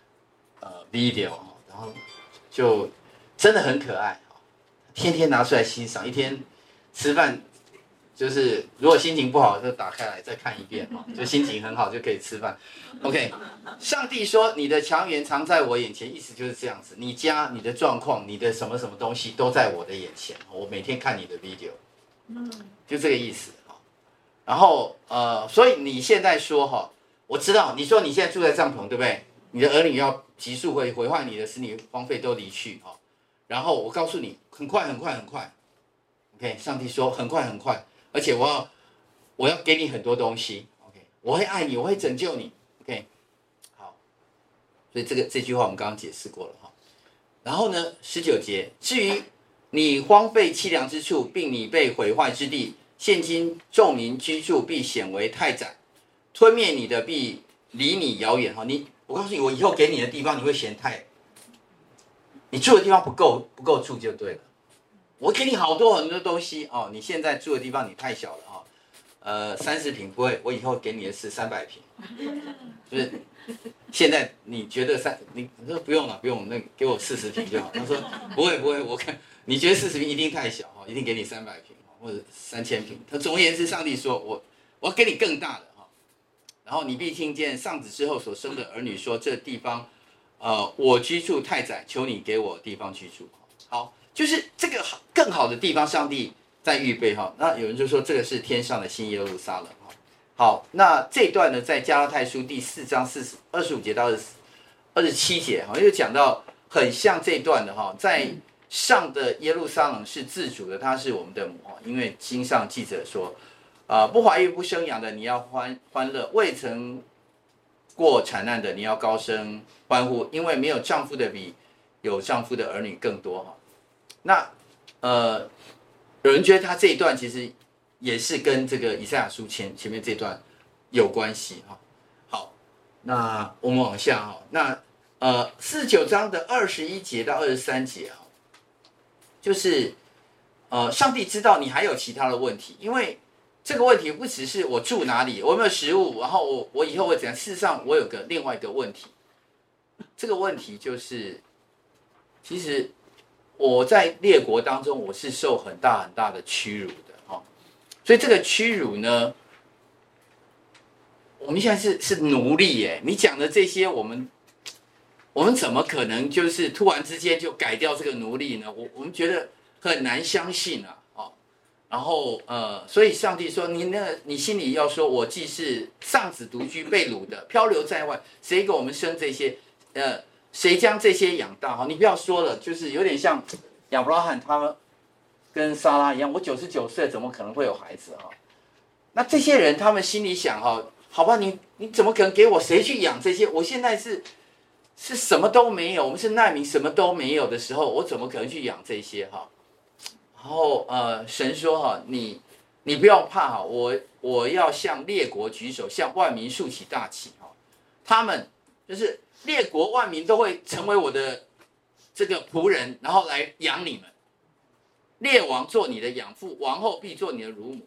video， 然后就真的很可爱，天天拿出来欣赏，一天吃饭就是如果心情不好就打开来再看一遍就心情很好就可以吃饭。OK， 上帝说你的强援常在我眼前，意思就是这样子，你家你的状况你的什么什么东西都在我的眼前，我每天看你的 video， 就这个意思。然后所以你现在说我知道你说你现在住在帐篷对不对？你的儿女要急速毁坏你的，使你荒废都离去然后我告诉你，很快很快很快。OK， 上帝说很快很快，而且我要给你很多东西。OK， 我会爱你，我会拯救你。OK， 好，所以这句话我们刚刚解释过了然后呢，19节，至于你荒废凄凉之处，并你被毁坏之地，现今众民居住必显为太窄，吞灭你的必离你遥远我告诉你，我以后给你的地方你会嫌太，你住的地方不够住就对了。我给你好多很多东西你现在住的地方你太小了30坪不会，我以后给你的是300坪，就是现在你觉得你说不用了，不用，那给我40坪就好。他说不会，我看你觉得40坪一定太小一定给你300坪或者3000坪。他总而言之，上帝说我要给你更大的然后你必听见丧子之后所生的儿女说：这地方我居住太窄，求你给我地方居住。好，就是这个更好的地方，上帝在预备那有人就说这个是天上的新耶路撒冷好，那这一段呢，在加拉太书第4章25节到27节又讲到很像这一段的在上的耶路撒冷是自主的，它是我们的母因为经上记者说不怀孕不生养的你要欢乐，未曾过产难的你要高声欢呼，因为没有丈夫的比有丈夫的儿女更多那有人觉得他这一段其实也是跟这个以赛亚书前面这段有关系好，那我们往下那49章的21节到23节就是上帝知道你还有其他的问题，因为这个问题不只是我住哪里，我有没有食物，然后我以后会怎样。事实上，我有另外一个问题， 这个问题就是，其实我在列国当中，我是受很大很大的屈辱的哈。所以这个屈辱呢，我们现在是奴隶耶。你讲的这些，我们怎么可能就是突然之间就改掉这个奴隶呢？我们觉得很难相信啊。然后所以上帝说你心里要说，我既是丧子独居被掳的，漂流在外，谁给我们生这些？谁将这些养大？哈，你不要说了，就是有点像亚伯拉罕他们跟撒拉一样，我99岁怎么可能会有孩子哈？那这些人他们心里想哈，好吧，你怎么可能给我？谁去养这些？我现在是什么都没有，我们是难民，什么都没有的时候，我怎么可能去养这些哈？然后神说哈，你不要怕哈，我要向列国举手，向万民竖起大旗哈，他们就是列国万民都会成为我的这个仆人，然后来养你们。列王做你的养父，王后必做你的乳母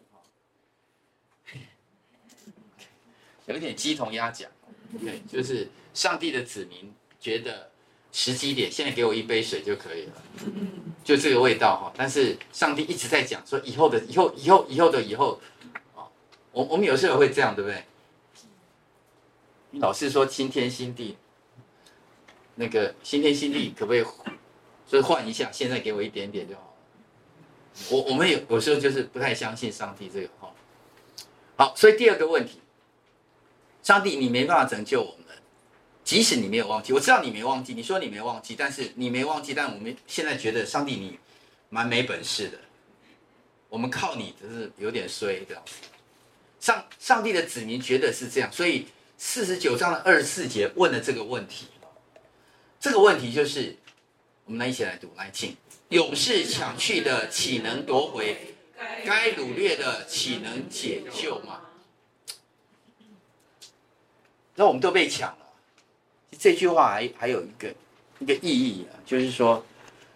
有点鸡同鸭讲，对，就是上帝的子民觉得时机点，现在给我一杯水就可以了，就这个味道哈。但是上帝一直在讲说以后的以后，我们有时候会这样，对不对？老是说新天新地，那个新天新地可不可以就是换一下？现在给我一点点就好了。我们有时候就是不太相信上帝这个哈。好，所以第二个问题，上帝你没办法拯救我们，即使你没有忘记，我知道你没忘记，你说你没忘记，但是你没忘记，但我们现在觉得上帝你蛮没本事的，我们靠你就是有点衰这样子。上帝的子民觉得是这样，所以49章的24节问了这个问题。这个问题就是，我们来一起来读，来请。勇士抢去的岂能夺回？该掳掠的岂能解救吗？那我们都被抢了。这句话还有一个意义啊，就是说，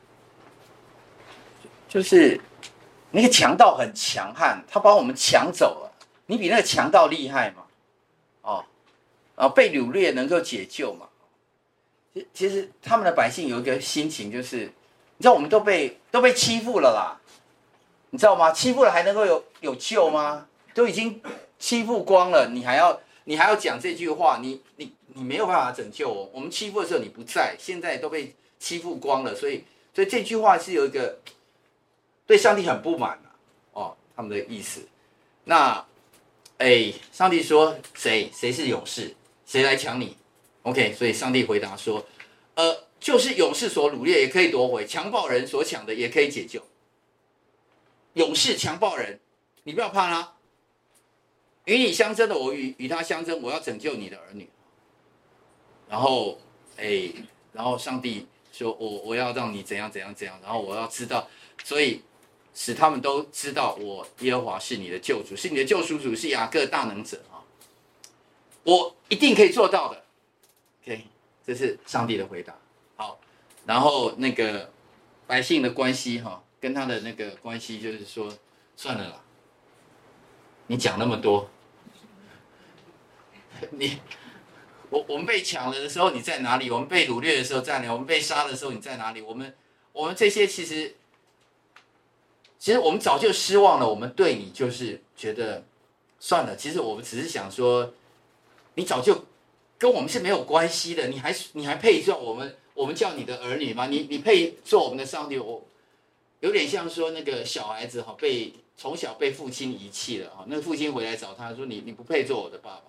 就是那个强盗很强悍，他把我们抢走了。你比那个强盗厉害吗？被掳掠能够解救嘛？其实他们的百姓有一个心情，就是你知道我们都被欺负了啦，你知道吗？欺负了还能够有救吗？都已经欺负光了，你还要讲这句话，你没有办法拯救我。我们欺负的时候你不在，现在都被欺负光了，所以这句话是有一个对上帝很不满他们的意思。那上帝说谁是勇士？谁来抢你 ？OK， 所以上帝回答说，就是勇士所掳掠也可以夺回，强暴人所抢的也可以解救。勇士强暴人，你不要怕他。与你相争的，我与他相争，我要拯救你的儿女。然后上帝说我要让你怎样，然后我要知道，所以使他们都知道我耶和华是你的救主，是你的救赎主，是雅各大能者我一定可以做到的。OK， 这是上帝的回答。好，然后那个百姓的关系跟他的那个关系就是说，算了啦，你讲那么多，我们被抢了的时候你在哪里？我们被掳掠的时候在哪里？我们被杀的时候你在哪里？我们这些其实我们早就失望了。我们对你就是觉得算了。其实我们只是想说，你早就跟我们是没有关系的。你还配做我们叫你的儿女吗？你配做我们的上帝？我有点像说那个小孩子从小被父亲遗弃了那个父亲回来找他说你不配做我的爸爸。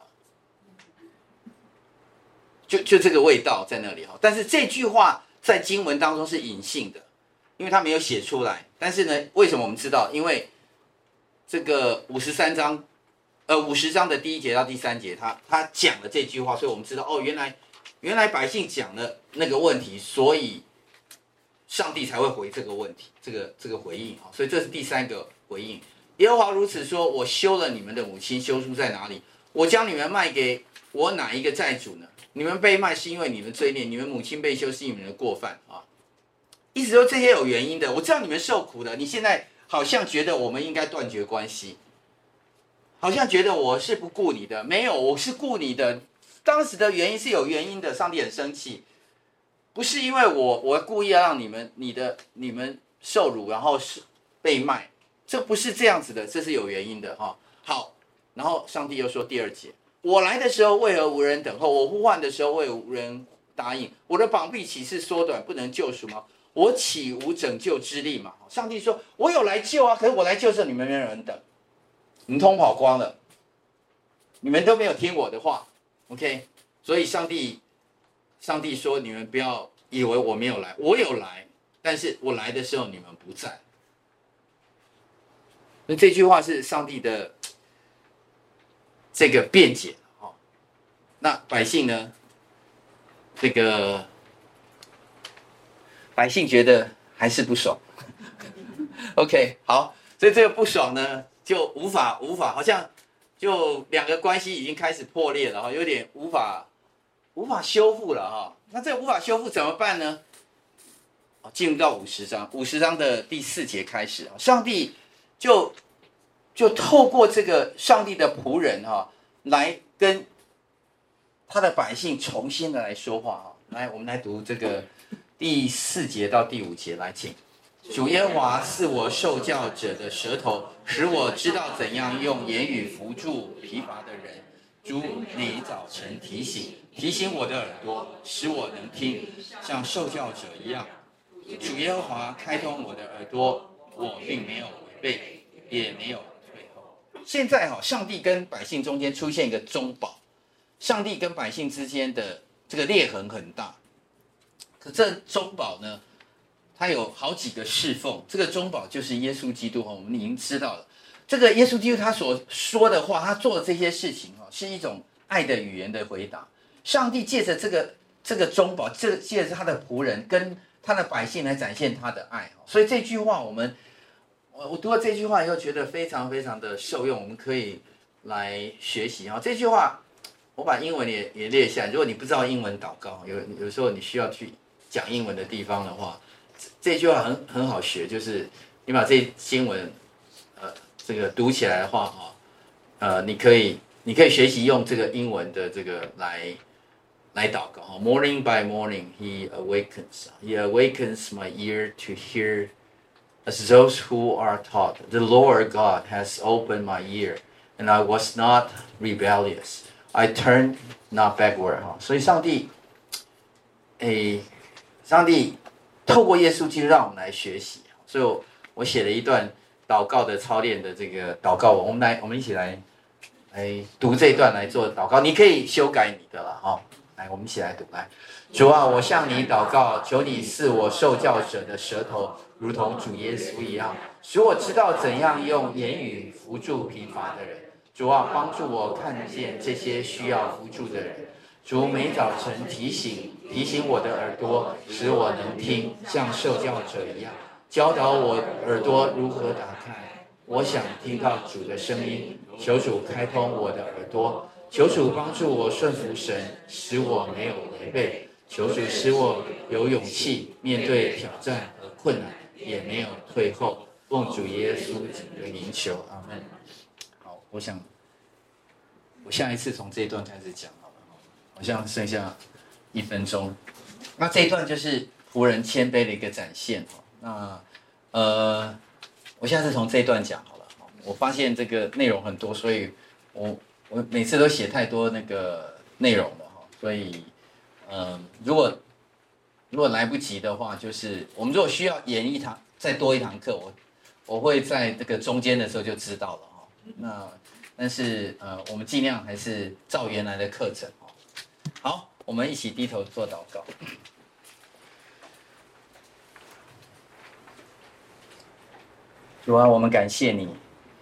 就这个味道在那里但是这句话在经文当中是隐性的，因为他没有写出来。但是呢，为什么我们知道？因为这个50章的第1节到第3节，他讲了这句话，所以我们知道原来百姓讲了那个问题，所以上帝才会回这个问题，这个回应所以这是第3个回应。耶和华如此说：我休了你们的母亲，休书在哪里？我将你们卖给我哪一个债主呢？你们被卖是因为你们罪孽，你们母亲被休是你们的过犯意思说这些有原因的。我知道你们受苦的，你现在好像觉得我们应该断绝关系，好像觉得我是不顾你的，没有，我是顾你的。当时的原因是有原因的，上帝很生气， 不是因为我故意要让你们受辱，然后是被卖，这不是这样子的，这是有原因的哈。好，然后上帝又说第2节，我来的时候为何无人等候？我呼唤的时候为何无人答应？我的膀臂岂是缩短不能救赎吗？我岂无拯救之力嘛？上帝说，我有来救啊，可是我来救的时候你们没有人等，你们通跑光了，你们都没有听我的话 ，OK？ 所以上帝说，你们不要以为我没有来，我有来，但是我来的时候你们不在。那这句话是上帝的这个辩解哦。那百姓呢？这个百姓觉得还是不爽。OK， 好，所以这个不爽呢，就无法，好像就两个关系已经开始破裂了哈，有点无法修复了哈。那这个无法修复怎么办呢？进入到50章的第4节开始啊，上帝就透过这个上帝的仆人哈，来跟他的百姓重新的来说话哈。来，我们来读这个第4节到第5节，来请。主耶和华赐我受教者的舌头，使我知道怎样用言语扶助疲乏的人。主每早晨提醒我的耳朵，使我能听，像受教者一样。主耶和华开通我的耳朵，我并没有违背，也没有退后。现在上帝跟百姓中间出现一个中保，上帝跟百姓之间的这个裂痕很大。可这中保呢，他有好几个侍奉，这个中保就是耶稣基督，我们已经知道了。这个耶稣基督他所说的话，他做的这些事情是一种爱的语言的回答。上帝借着这个中保，借着他的仆人跟他的百姓来展现他的爱。所以这句话我读了这句话以后，觉得非常非常的受用，我们可以来学习。这句话我把英文也列下来，如果你不知道英文祷告，有时候你需要去讲英文的地方的话，这句话很好学，就是你把这经文这个读起来的话你可以学习用这个英文的这个来祷告。Morning by morning he awakens my ear to hear as those who are taught. The Lord God has opened my ear, and I was not rebellious. I turned not backward. 所以上帝透过耶稣基督让我们来学习。所以我写了一段祷告的操练的这个祷告文，我们一起来读这一段来做祷告。你可以修改你的了来，我们一起来读。来，主啊，我向你祷告，求你赐我受教者的舌头，如同主耶稣一样，使我知道怎样用言语扶助疲乏的人。主啊，帮助我看见这些需要扶助的人。主每早晨提醒我的耳朵，使我能听，像受教者一样，教导我耳朵如何打开。我想听到主的声音，求主开通我的耳朵，求主帮助我顺服神，使我没有违背。求主使我有勇气面对挑战和困难，也没有退后。奉主耶稣基督的名求，阿们。好，我想我下一次从这一段开始讲好了，好像剩下1分钟。那这一段就是仆人谦卑的一个展现。那我下次从这一段讲好了。我发现这个内容很多，所以我每次都写太多那个内容了所以如果来不及的话，就是我们如果需要延一堂再多一堂课，我会在这个中间的时候就知道了但是我们尽量还是照原来的课程好，我们一起低头做祷告。主啊，我们感谢你，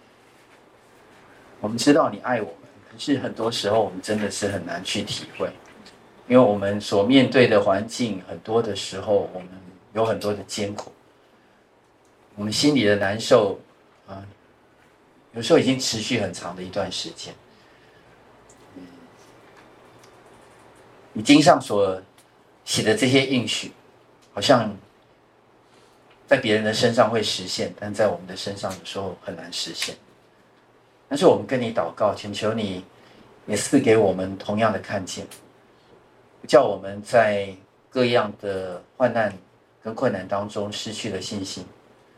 我们知道你爱我们，可是很多时候我们真的是很难去体会，因为我们所面对的环境，很多的时候我们有很多的艰苦，我们心里的难受有时候已经持续很长的一段时间。你经上所写的这些应许，好像在别人的身上会实现，但在我们的身上有时候很难实现。但是我们跟你祷告，请求你也赐给我们同样的看见，叫我们在各样的患难跟困难当中失去了信心，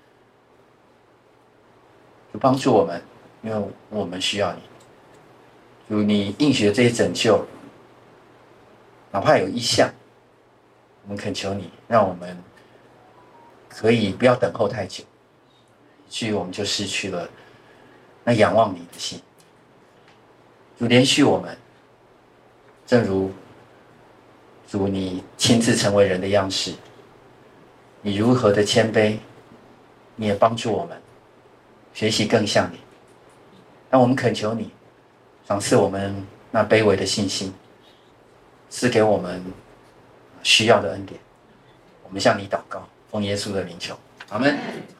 主帮助我们，因为我们需要你。主，你应许的这些拯救，哪怕有一项，我们恳求你，让我们可以不要等候太久，以至于我们就失去了那仰望你的心。主连续我们，正如主你亲自成为人的样式，你如何的谦卑，你也帮助我们学习更像你。让我们恳求你，赏赐我们那卑微的信心，赐给我们需要的恩典。我们向你祷告，奉耶稣的名求，阿们。